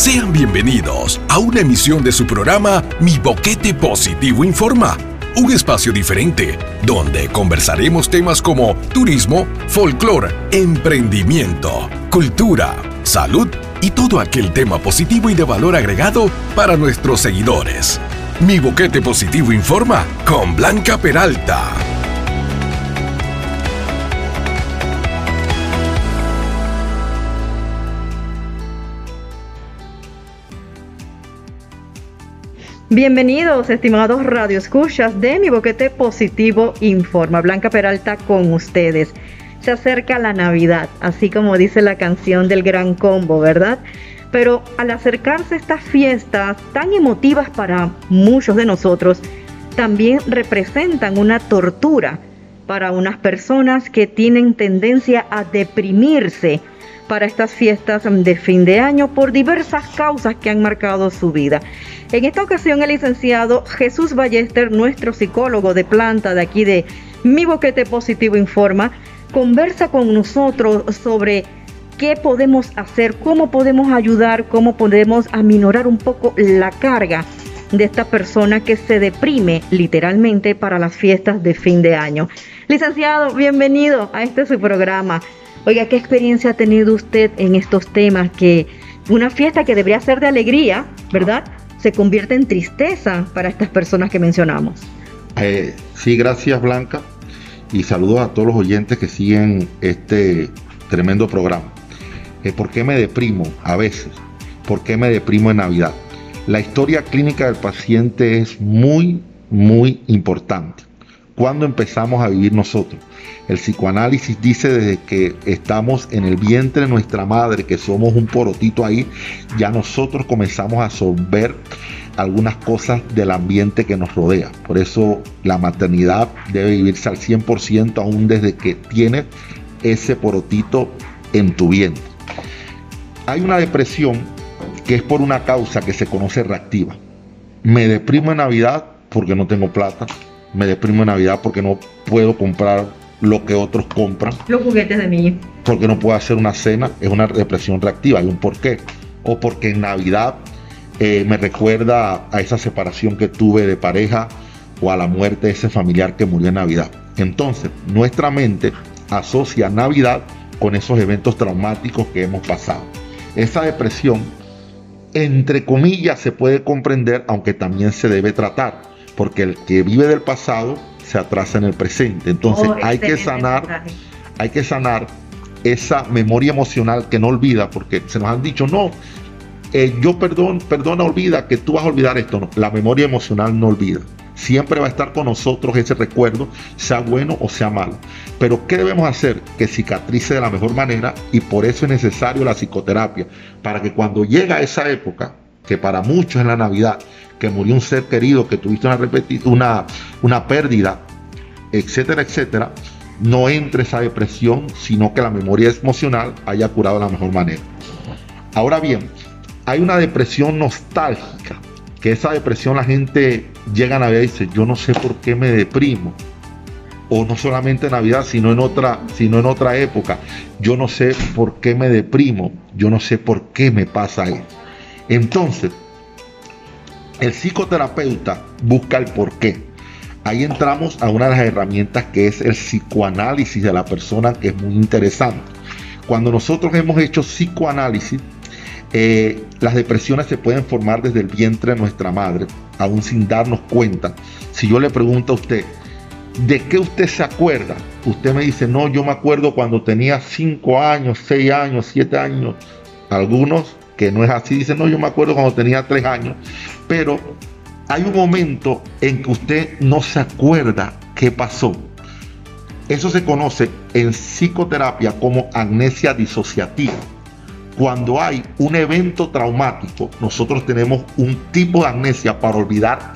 Sean bienvenidos a una emisión de su programa Mi Boquete Positivo Informa, un espacio diferente donde conversaremos temas como turismo, folclore, emprendimiento, cultura, salud y todo aquel tema positivo y de valor agregado para nuestros seguidores. Mi Boquete Positivo Informa con Blanca Peralta. Bienvenidos, estimados radioescuchas de Mi Boquete Positivo Informa. Blanca Peralta con ustedes. Se acerca la Navidad, así como dice la canción del Gran Combo, ¿verdad? Pero al acercarse estas fiestas tan emotivas para muchos de nosotros, también representan una tortura para unas personas que tienen tendencia a deprimirse para estas fiestas de fin de año por diversas causas que han marcado su vida. En esta ocasión, el licenciado Jesús Ballester, nuestro psicólogo de planta de aquí de Mi Boquete Positivo Informa, conversa con nosotros sobre qué podemos hacer, cómo podemos ayudar, cómo podemos aminorar un poco la carga de esta persona que se deprime literalmente para las fiestas de fin de año. Licenciado, bienvenido a su programa. Oiga, ¿qué experiencia ha tenido usted en estos temas? Que una fiesta que debería ser de alegría, ¿verdad?, se convierte en tristeza para estas personas que mencionamos. Sí, gracias, Blanca, y saludos a todos los oyentes que siguen este tremendo programa. ¿Por qué me deprimo a veces? ¿Por qué me deprimo en Navidad? La historia clínica del paciente es muy, muy importante. ¿Cuándo empezamos a vivir nosotros? El psicoanálisis dice desde que estamos en el vientre de nuestra madre, que somos un porotito ahí, ya nosotros comenzamos a absorber algunas cosas del ambiente que nos rodea. Por eso la maternidad debe vivirse al 100% aún desde que tienes ese porotito en tu vientre. Hay una depresión que es por una causa que se conoce reactiva. Me deprimo en Navidad porque no tengo plata. Me deprimo en Navidad porque no puedo comprar lo que otros compran. Los juguetes de mi hijo. Porque no puedo hacer una cena. Es una depresión reactiva. Hay un porqué. O porque en Navidad me recuerda a esa separación que tuve de pareja o a la muerte de ese familiar que murió en Navidad. Entonces, nuestra mente asocia Navidad con esos eventos traumáticos que hemos pasado. Esa depresión, entre comillas, se puede comprender, aunque también se debe tratar, porque el que vive del pasado se atrasa en el presente. Entonces hay que sanar esa memoria emocional que no olvida, porque se nos han dicho, no, perdona, olvida, que tú vas a olvidar esto. No, la memoria emocional no olvida. Siempre va a estar con nosotros ese recuerdo, sea bueno o sea malo. Pero ¿qué debemos hacer? Que cicatrice de la mejor manera, y por eso es necesario la psicoterapia, para que cuando llega esa época, que para muchos es la Navidad, que murió un ser querido, que tuviste una pérdida, etcétera, etcétera, no entre esa depresión, sino que la memoria emocional haya curado de la mejor manera. Ahora bien, hay una depresión nostálgica, que esa depresión la gente llega a Navidad y dice, yo no sé por qué me deprimo. O no solamente en Navidad, sino en otra época. Yo no sé por qué me deprimo, yo no sé por qué me pasa eso. Entonces, el psicoterapeuta busca el porqué. Ahí entramos a una de las herramientas que es el psicoanálisis de la persona, que es muy interesante. Cuando nosotros hemos hecho psicoanálisis, las depresiones se pueden formar desde el vientre de nuestra madre, aún sin darnos cuenta. Si yo le pregunto a usted, ¿de qué usted se acuerda? Usted me dice, no, yo me acuerdo cuando tenía 5 años, 6 años, 7 años. Algunos que no es así dicen, no, yo me acuerdo cuando tenía 3 años. Pero hay un momento en que usted no se acuerda qué pasó. Eso se conoce en psicoterapia como amnesia disociativa. Cuando hay un evento traumático, nosotros tenemos un tipo de amnesia para olvidar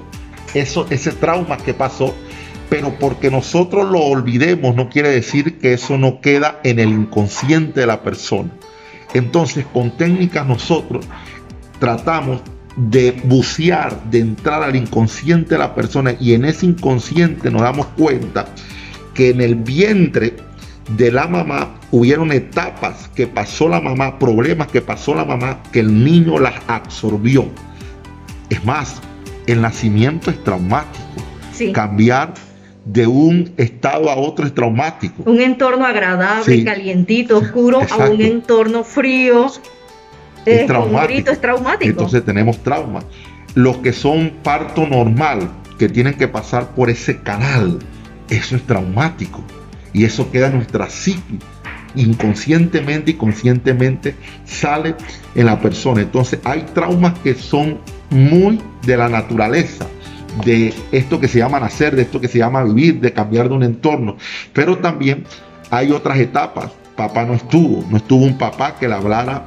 ese trauma que pasó, pero porque nosotros lo olvidemos no quiere decir que eso no queda en el inconsciente de la persona. Entonces, con técnicas nosotros tratamos de bucear, de entrar al inconsciente de la persona, y en ese inconsciente nos damos cuenta que en el vientre de la mamá, hubieron etapas que pasó la mamá, problemas que pasó la mamá, que el niño las absorbió. Es más, el nacimiento es traumático. Sí. Cambiar de un estado a otro es traumático. Un entorno agradable, Sí. calientito, oscuro, Exacto. a un entorno frío, Es con traumático. grito, es traumático. Entonces tenemos trauma. Los que son parto normal, que tienen que pasar por ese canal, eso es traumático. Y eso queda en nuestra psique. Inconscientemente y conscientemente sale en la persona. Entonces hay traumas que son muy de la naturaleza, de esto que se llama nacer, de esto que se llama vivir, de cambiar de un entorno. Pero también hay otras etapas. Papá no estuvo un papá que le hablara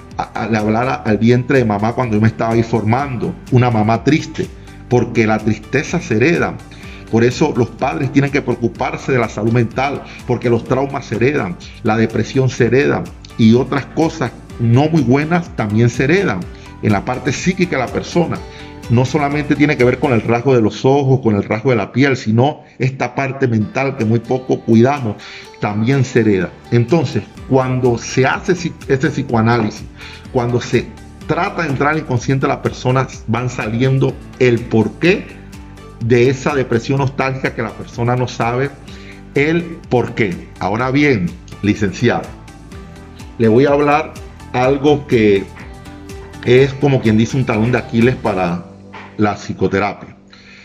al vientre de mamá cuando yo me estaba ahí formando, una mamá triste, porque la tristeza se hereda. Por eso los padres tienen que preocuparse de la salud mental, porque los traumas se heredan, la depresión se hereda y otras cosas no muy buenas también se heredan en la parte psíquica de la persona. No solamente tiene que ver con el rasgo de los ojos, con el rasgo de la piel, sino esta parte mental que muy poco cuidamos, también se hereda. Entonces, cuando se hace ese psicoanálisis, cuando se trata de entrar al inconsciente de la persona, van saliendo el porqué de esa depresión nostálgica que la persona no sabe el porqué. Ahora bien, licenciado, le voy a hablar algo que es como quien dice un talón de Aquiles para la psicoterapia.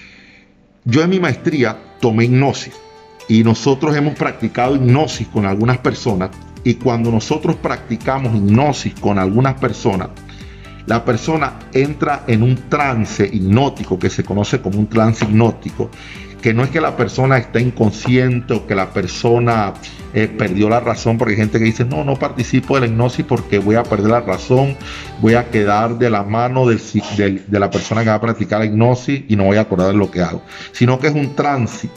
Yo en mi maestría tomé hipnosis y nosotros hemos practicado hipnosis con algunas personas, y cuando nosotros practicamos hipnosis con algunas personas, la persona entra en un trance hipnótico que se conoce como un trance hipnótico, que no es que la persona está inconsciente o que la persona perdió la razón, porque hay gente que dice no participo de la hipnosis porque voy a perder la razón, voy a quedar de la mano de la persona que va a practicar la hipnosis y no voy a acordar de lo que hago, sino que es un trance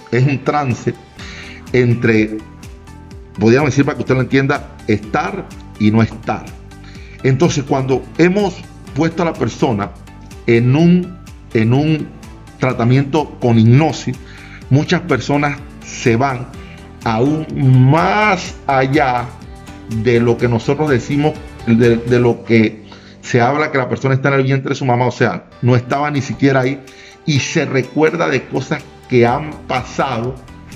entre, podríamos decir para que usted lo entienda, estar y no estar. Entonces cuando hemos puesto a la persona en un tratamiento con hipnosis, muchas personas se van aún más allá de lo que nosotros decimos, de lo que se habla que la persona está en el vientre de su mamá, o sea, no estaba ni siquiera ahí, y se recuerda de cosas que han pasado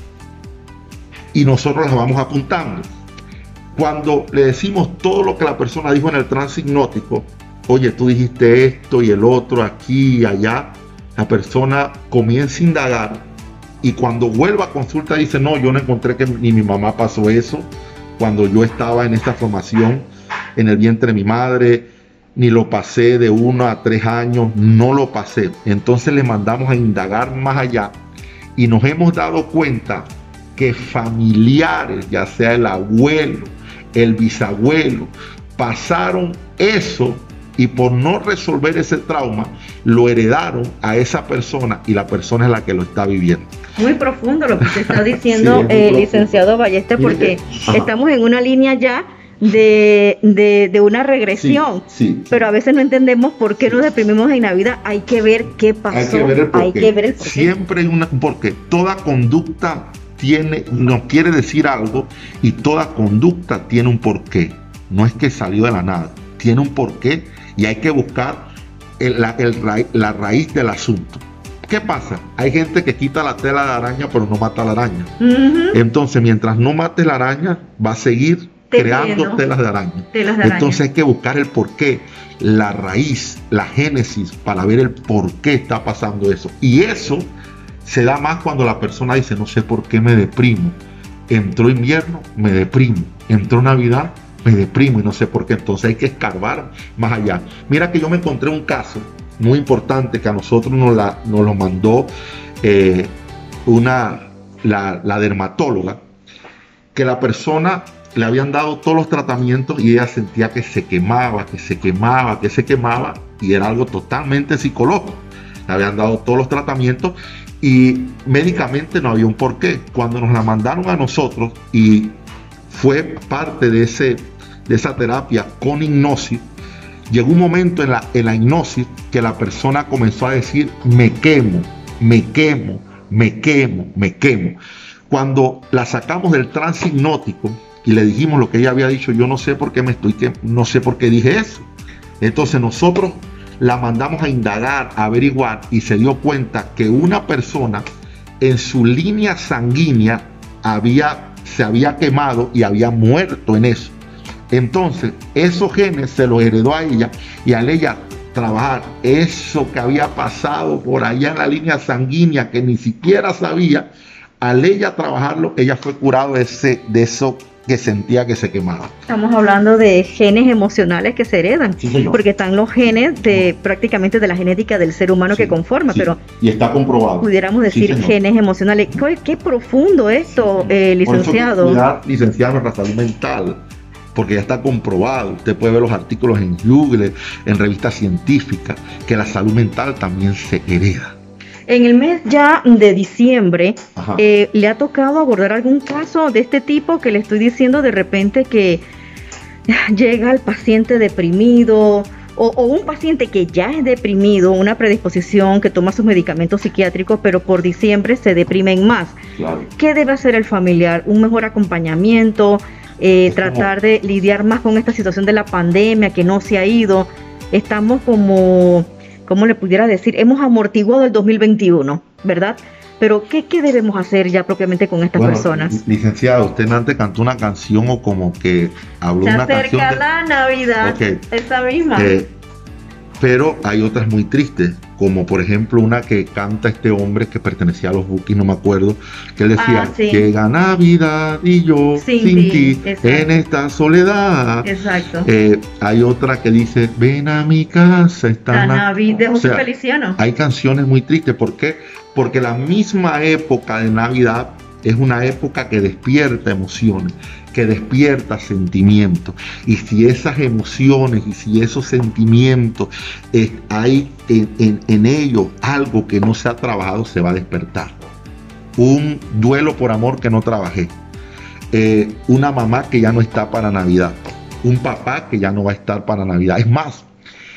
y nosotros las vamos apuntando. Cuando le decimos todo lo que la persona dijo en el trance hipnótico, oye, tú dijiste esto y el otro, aquí y allá, la persona comienza a indagar, y cuando vuelva a consulta dice, no, yo no encontré que ni mi mamá pasó eso cuando yo estaba en esta formación en el vientre de mi madre, ni lo pasé de 1 a 3 años, no lo pasé. Entonces le mandamos a indagar más allá y nos hemos dado cuenta que familiares, ya sea el abuelo, el bisabuelo, pasaron eso, y por no resolver ese trauma lo heredaron a esa persona, y la persona es la que lo está viviendo. Muy profundo lo que usted está diciendo, Sí, licenciado Ballester, porque Ajá. estamos en una línea ya de una regresión, Sí. pero a veces no entendemos por qué nos deprimimos en Navidad. Hay que ver qué pasó, Hay que ver el porqué. hay que ver el porqué. Siempre hay porque toda conducta nos quiere decir algo, y toda conducta tiene un porqué. No es que salió de la nada, tiene un porqué, y hay que buscar la raíz del asunto. ¿Qué pasa? Hay gente que quita la tela de araña pero no mata a la araña. Ujú. Entonces, mientras no mates la araña, va a seguir creando telas de araña. Telas de araña. Entonces hay que buscar el porqué, la raíz, la génesis, para ver el por qué está pasando eso. Y eso se da más cuando la persona dice, no sé por qué me deprimo. Entró invierno, me deprimo. Entró Navidad, me deprimo y no sé por qué. Entonces hay que escarbar más allá. Mira que yo me encontré un caso muy importante que a nosotros nos lo mandó la dermatóloga, que la persona le habían dado todos los tratamientos y ella sentía que se quemaba, y era algo totalmente psicológico. Le habían dado todos los tratamientos y médicamente no había un porqué. Cuando nos la mandaron a nosotros y fue parte de esa terapia con hipnosis, llegó un momento en la hipnosis que la persona comenzó a decir, me quemo. Cuando la sacamos del trance hipnótico y le dijimos lo que ella había dicho, yo no sé por qué no sé por qué dije eso. Entonces nosotros la mandamos a indagar, a averiguar, y se dio cuenta que una persona en su línea sanguínea se había quemado y había muerto en eso. Entonces esos genes se los heredó a ella, y al ella trabajar eso que había pasado por allá en la línea sanguínea que ni siquiera sabía, al ella trabajarlo, ella fue curada de eso que sentía que se quemaba. Estamos hablando de genes emocionales que se heredan, sí, porque están los genes prácticamente de la genética del ser humano, sí, que conforma, sí, pero y está comprobado. Pudiéramos decir, sí, genes emocionales. Qué profundo esto, licenciado. Por eso cuidar, licenciado, nuestra salud mental, porque ya está comprobado. Usted puede ver los artículos en Google, en revistas científicas, que la salud mental también se hereda. En el mes ya de diciembre, ¿le ha tocado abordar algún caso de este tipo que le estoy diciendo de repente que llega el paciente deprimido o un paciente que ya es deprimido, una predisposición, que toma sus medicamentos psiquiátricos, pero por diciembre se deprimen más? Claro. ¿Qué debe hacer el familiar? ¿Un mejor acompañamiento? Tratar de lidiar más con esta situación de la pandemia que no se ha ido. Estamos como... ¿cómo le pudiera decir? Hemos amortiguado el 2021, ¿verdad? Pero ¿qué debemos hacer ya propiamente con estas personas? Licenciado, usted antes cantó una canción o como que habló una canción. Se acerca la Navidad, okay, esa misma. Pero hay otras muy tristes, como por ejemplo una que canta este hombre que pertenecía a los Bukis, no me acuerdo, que él decía, sí, llega Navidad y yo sin ti, en esta soledad. Exacto. Hay otra que dice, ven a mi casa, está Navidad, de José Feliciano. Hay canciones muy tristes. ¿Por qué? Porque la misma época de Navidad es una época que despierta emociones, que despierta sentimientos. Y si esas emociones y si esos sentimientos hay en ellos algo que no se ha trabajado, se va a despertar. Un duelo por amor que no trabajé. Una mamá que ya no está para Navidad. Un papá que ya no va a estar para Navidad. Es más,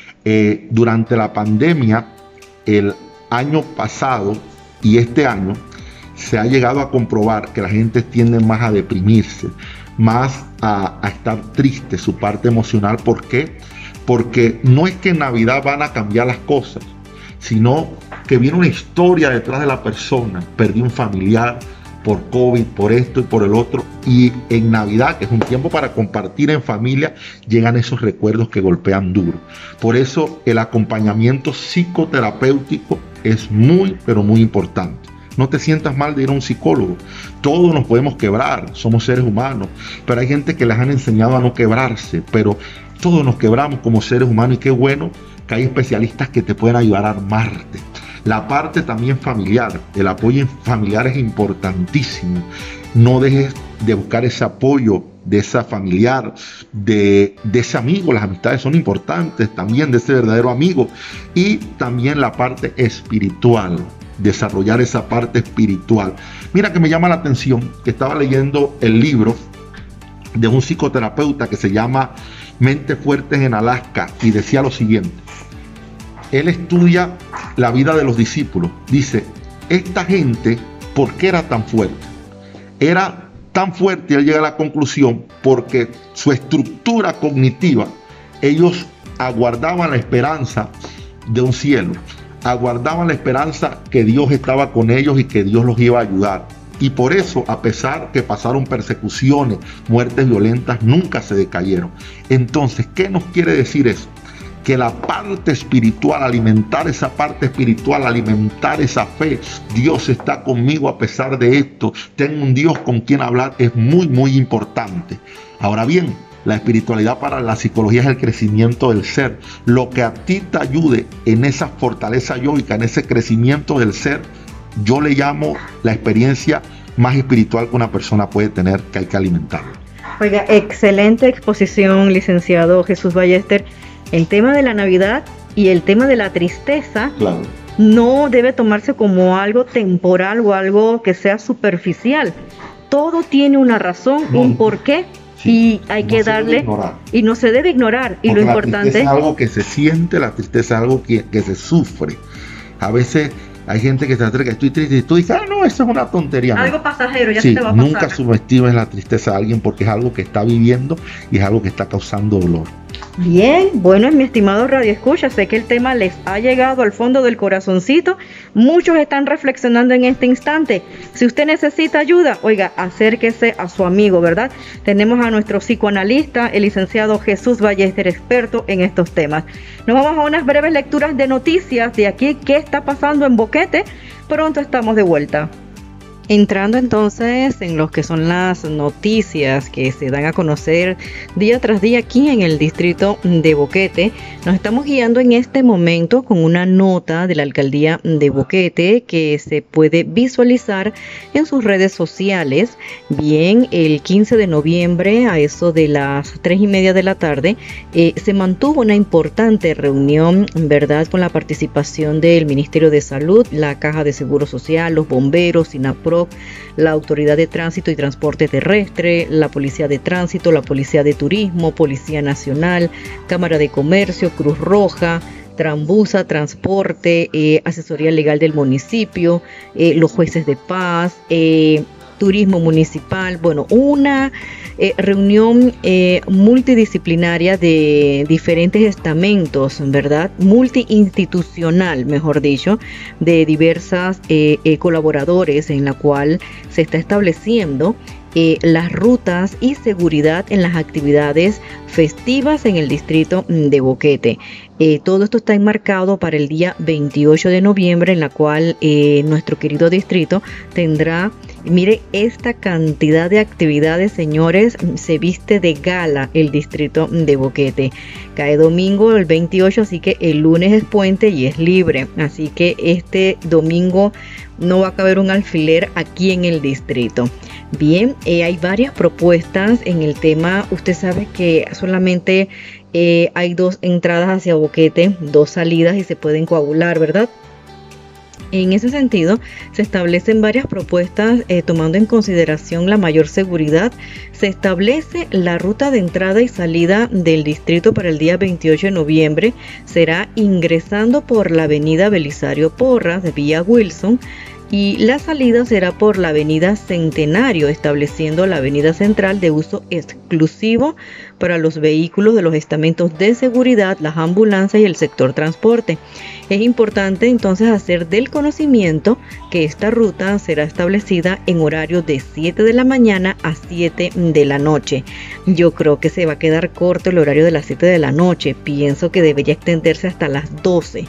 durante la pandemia, el año pasado y este año, se ha llegado a comprobar que la gente tiende más a deprimirse, más a estar triste, su parte emocional. ¿Por qué? Porque no es que en Navidad van a cambiar las cosas, sino que viene una historia detrás de la persona. Perdí un familiar por COVID, por esto y por el otro, y en Navidad, que es un tiempo para compartir en familia, llegan esos recuerdos que golpean duro. Por eso el acompañamiento psicoterapéutico es muy, pero muy importante. No te sientas mal de ir a un psicólogo. Todos nos podemos quebrar, somos seres humanos, pero hay gente que les han enseñado a no quebrarse, pero todos nos quebramos como seres humanos, y qué bueno que hay especialistas que te pueden ayudar a armarte. La parte también familiar, el apoyo familiar es importantísimo. No dejes de buscar ese apoyo de esa familiar, de ese amigo. Las amistades son importantes también, de ese verdadero amigo. Y también la parte espiritual, desarrollar esa parte espiritual. Mira que me llama la atención que estaba leyendo el libro de un psicoterapeuta que se llama Mentes Fuertes en Alaska, y decía lo siguiente. Él estudia la vida de los discípulos. Dice, esta gente, ¿por qué era tan fuerte? Era tan fuerte, y él llega a la conclusión, porque su estructura cognitiva, ellos aguardaban la esperanza de un cielo, aguardaban la esperanza que Dios estaba con ellos y que Dios los iba a ayudar. Y por eso, a pesar que pasaron persecuciones, muertes violentas, nunca se decayeron. Entonces, ¿qué nos quiere decir eso? Que la parte espiritual, alimentar esa parte espiritual, alimentar esa fe, Dios está conmigo a pesar de esto, tengo un Dios con quien hablar, es muy, muy importante. Ahora bien, la espiritualidad para la psicología es el crecimiento del ser. Lo que a ti te ayude en esa fortaleza yógica, en ese crecimiento del ser, yo le llamo la experiencia más espiritual que una persona puede tener, que hay que alimentarla. Oiga, excelente exposición, licenciado Jesús Ballester. El tema de la Navidad y el tema de la tristeza, claro, no debe tomarse como algo temporal o algo que sea superficial. Todo tiene una razón, un porqué, sí, y hay que darle, y no se debe ignorar. Y lo importante es algo que se siente, la tristeza es algo que se sufre. A veces Hay gente que te acerca, estoy triste, y tú dices, no, eso es una tontería. Algo pasajero, ya sí, se te va a pasar. Nunca subestimes la tristeza de alguien porque es algo que está viviendo y es algo que está causando dolor. Bien, bueno, mi estimado Radio Escucha, sé que el tema les ha llegado al fondo del corazoncito. Muchos están reflexionando en este instante. Si usted necesita ayuda, oiga, acérquese a su amigo, ¿verdad? Tenemos a nuestro psicoanalista, el licenciado Jesús Ballester, experto en estos temas. Nos vamos a unas breves lecturas de noticias de aquí, qué está pasando en Boquete. Pronto estamos de vuelta. Entrando entonces en lo que son las noticias que se dan a conocer día tras día aquí en el distrito de Boquete, nos estamos guiando en este momento con una nota de la alcaldía de Boquete que se puede visualizar en sus redes sociales. Bien, el 15 de noviembre a eso de las 3:30 de la tarde se mantuvo una importante reunión, ¿verdad?, con la participación del Ministerio de Salud, la Caja de Seguro Social, los bomberos, SINAPROC, la Autoridad de Tránsito y Transporte Terrestre, la Policía de Tránsito, la Policía de Turismo, Policía Nacional, Cámara de Comercio, Cruz Roja, Trambusa, Transporte, Asesoría Legal del municipio, los jueces de paz, Turismo Municipal. Bueno, una reunión multidisciplinaria de diferentes estamentos, ¿verdad? Multiinstitucional, mejor dicho, de diversas colaboradores, en la cual se está estableciendo las rutas y seguridad en las actividades festivas en el distrito de Boquete. Todo esto está enmarcado para el día 28 de noviembre, en la cual nuestro querido distrito tendrá, mire, esta cantidad de actividades, señores. Se viste de gala el distrito de Boquete. Cae domingo el 28, así que el lunes es puente y es libre. Así que este domingo no va a caber un alfiler aquí en el distrito. Bien, hay varias propuestas en el tema. Usted sabe que solamente hay 2 entradas hacia Boquete, 2 salidas y se pueden coagular, ¿verdad? En ese sentido, se establecen varias propuestas tomando en consideración la mayor seguridad. Se establece la ruta de entrada y salida del distrito para el día 28 de noviembre. Será ingresando por la avenida Belisario Porras de Villa Wilson, y la salida será por la avenida Centenario, estableciendo la avenida central de uso exclusivo para los vehículos de los estamentos de seguridad, las ambulancias y el sector transporte. Es importante entonces hacer del conocimiento que esta ruta será establecida en horario de 7 de la mañana a 7 de la noche. Yo creo que se va a quedar corto el horario de las 7 de la noche. Pienso que debería extenderse hasta las 12.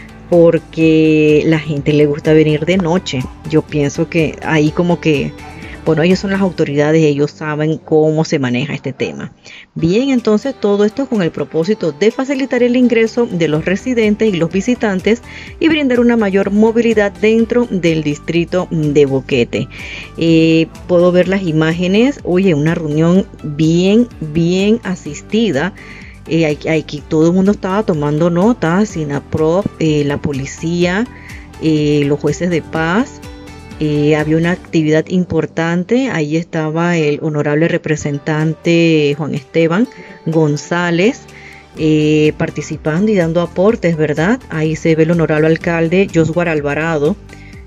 Porque la gente le gusta venir de noche. Yo pienso que ahí como que, bueno, ellos son las autoridades, ellos saben cómo se maneja este tema. Bien, entonces todo esto con el propósito de facilitar el ingreso de los residentes y los visitantes y brindar una mayor movilidad dentro del distrito de Boquete. Puedo ver las imágenes. Oye, una reunión bien asistida. Aquí todo el mundo estaba tomando nota, SINAPROC, la policía, los jueces de paz. Había una actividad importante. Ahí estaba el honorable representante Juan Esteban González participando y dando aportes, ¿verdad? Ahí se ve el honorable alcalde Josuar Alvarado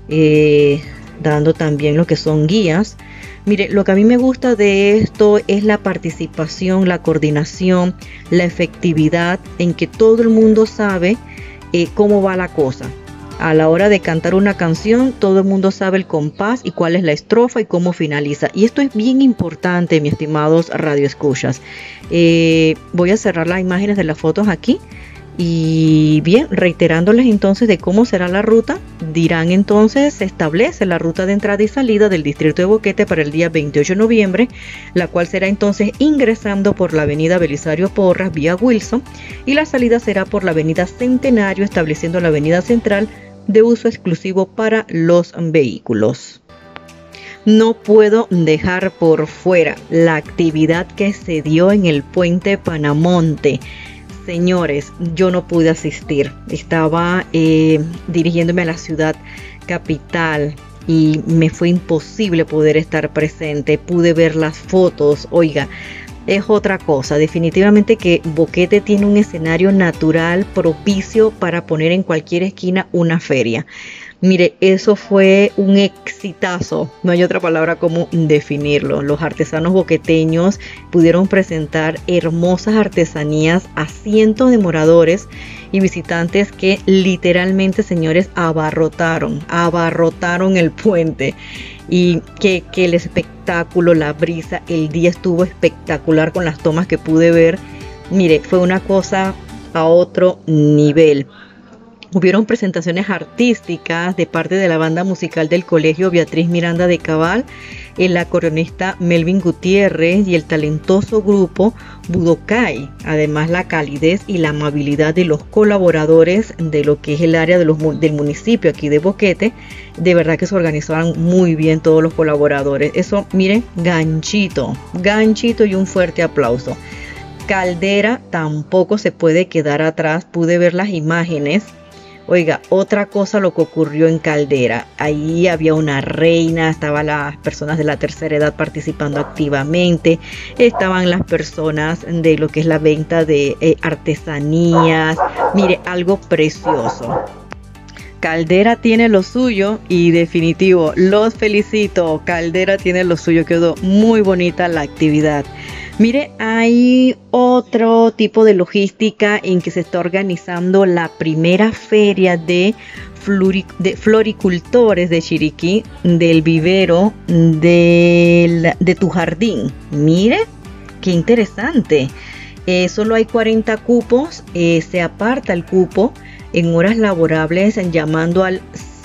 dando también lo que son guías. Mire, lo que a mí me gusta de esto es la participación, la coordinación, la efectividad, en que todo el mundo sabe cómo va la cosa. A la hora de cantar una canción, todo el mundo sabe el compás y cuál es la estrofa y cómo finaliza. Y esto es bien importante, mis estimados radioescuchas. Voy a cerrar las imágenes de las fotos aquí. Y bien, reiterándoles entonces de cómo será la ruta, dirán entonces, se establece la ruta de entrada y salida del distrito de Boquete para el día 28 de noviembre, la cual será entonces ingresando por la avenida Belisario Porras, vía Wilson, y la salida será por la avenida Centenario, estableciendo la avenida central de uso exclusivo para los vehículos. No puedo dejar por fuera la actividad que se dio en el puente Panamonte. Señores, yo no pude asistir. Estaba dirigiéndome a la ciudad capital y me fue imposible poder estar presente. Pude ver las fotos. Oiga, es otra cosa. Definitivamente que Boquete tiene un escenario natural propicio para poner en cualquier esquina una feria. Mire, eso fue un exitazo, no hay otra palabra como definirlo. Los artesanos boqueteños pudieron presentar hermosas artesanías a cientos de moradores y visitantes que literalmente, señores, abarrotaron el puente. Y que el espectáculo, la brisa, el día estuvo espectacular con las tomas que pude ver. Mire, fue una cosa a otro nivel. Hubieron presentaciones artísticas de parte de la banda musical del colegio Beatriz Miranda de Cabal, el acordeonista Melvin Gutiérrez y el talentoso grupo Budokai. Además, la calidez y la amabilidad de los colaboradores de lo que es el área del municipio aquí de Boquete, de verdad que se organizaron muy bien todos los colaboradores. Eso, miren, ganchito y un fuerte aplauso. Caldera tampoco se puede quedar atrás, pude ver las imágenes. Oiga, otra cosa lo que ocurrió en Caldera, ahí había una reina, estaban las personas de la tercera edad participando activamente, estaban las personas de lo que es la venta de artesanías, mire, algo precioso. Caldera tiene lo suyo y definitivo, los felicito, Caldera tiene lo suyo, quedó muy bonita la actividad. Mire, hay otro tipo de logística en que se está organizando la primera feria de floricultores de Chiriquí, del vivero de tu jardín. Mire, qué interesante. Solo hay 40 cupos, se aparta el cupo en horas laborables llamando al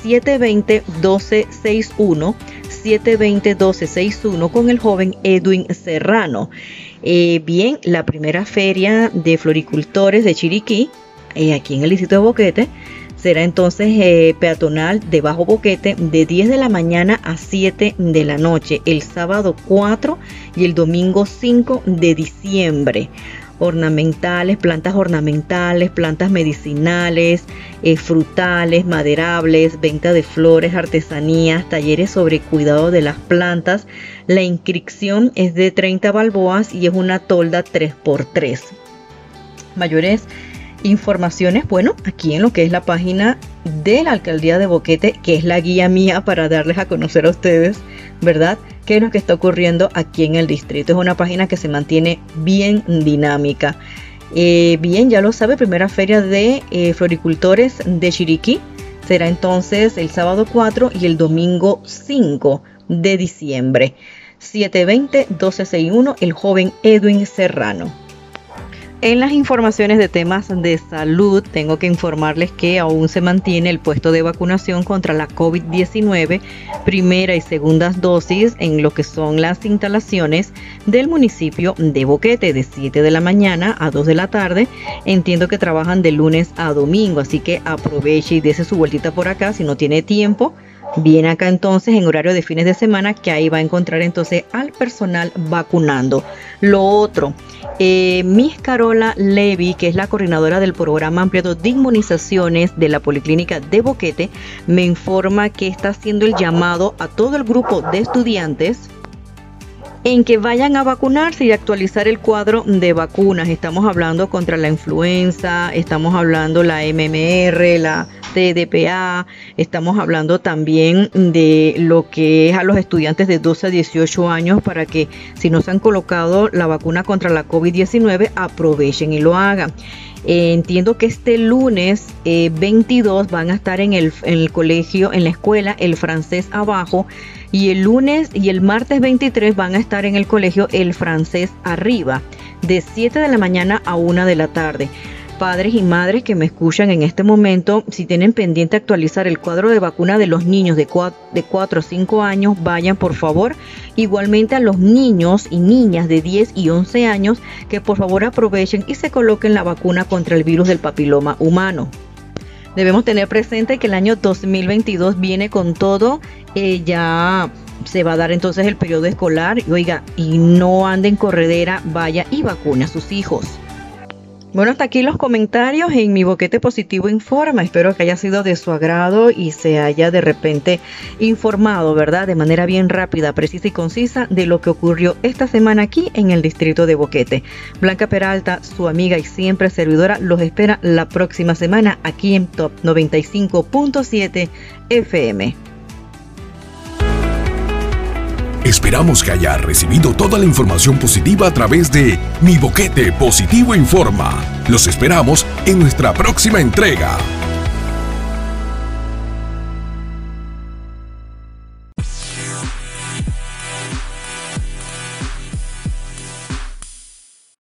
720-1261. 720-1261 con el joven Edwin Serrano. Bien, la primera feria de floricultores de Chiriquí, aquí en el distrito de Boquete, será entonces peatonal de Bajo Boquete de 10 de la mañana a 7 de la noche, el sábado 4 y el domingo 5 de diciembre. Plantas ornamentales, plantas medicinales, frutales, maderables, venta de flores, artesanías, talleres sobre cuidado de las plantas. La inscripción es de 30 balboas y es una tolda 3x3. Mayores informaciones, bueno, aquí en lo que es la página de la Alcaldía de Boquete, que es la guía mía para darles a conocer a ustedes, ¿verdad?, qué es lo que está ocurriendo aquí en el distrito. Es una página que se mantiene bien dinámica. Bien, ya lo sabe, primera feria de floricultores de Chiriquí será entonces el sábado 4 y el domingo 5 de diciembre. 720-1261, el joven Edwin Serrano. En las informaciones de temas de salud, tengo que informarles que aún se mantiene el puesto de vacunación contra la COVID-19, primera y segundas dosis en lo que son las instalaciones del municipio de Boquete, de 7 de la mañana a 2 de la tarde. Entiendo que trabajan de lunes a domingo, así que aproveche y dése su vueltita por acá si no tiene tiempo. Viene acá entonces en horario de fines de semana, que ahí va a encontrar entonces al personal vacunando. Lo otro, Miss Carola Levy, que es la coordinadora del programa ampliado de inmunizaciones de la Policlínica de Boquete, me informa que está haciendo el llamado a todo el grupo de estudiantes en que vayan a vacunarse y actualizar el cuadro de vacunas. Estamos hablando contra la influenza, estamos hablando la MMR, la TDPA, estamos hablando también de lo que es a los estudiantes de 12 a 18 años para que si no se han colocado la vacuna contra la COVID-19 aprovechen y lo hagan. Entiendo que este lunes 22 van a estar en el colegio, en la escuela El Francés Abajo, y el lunes y el martes 23 van a estar en el colegio El Francés Arriba, de 7 de la mañana a 1 de la tarde. Padres y madres que me escuchan en este momento, si tienen pendiente actualizar el cuadro de vacuna de los niños de 4 a 5 años, vayan por favor. Igualmente a los niños y niñas de 10 y 11 años, que por favor aprovechen y se coloquen la vacuna contra el virus del papiloma humano. Debemos tener presente que el año 2022 viene con todo, ya se va a dar entonces el periodo escolar, y no ande en corredera, vaya y vacune a sus hijos. Bueno, hasta aquí los comentarios en Mi Boquete Positivo Informa. Espero que haya sido de su agrado y se haya de repente informado, ¿verdad? De manera bien rápida, precisa y concisa de lo que ocurrió esta semana aquí en el distrito de Boquete. Blanca Peralta, su amiga y siempre servidora, los espera la próxima semana aquí en Top 95.7 FM. Esperamos que haya recibido toda la información positiva a través de Mi Boquete Positivo Informa. Los esperamos en nuestra próxima entrega.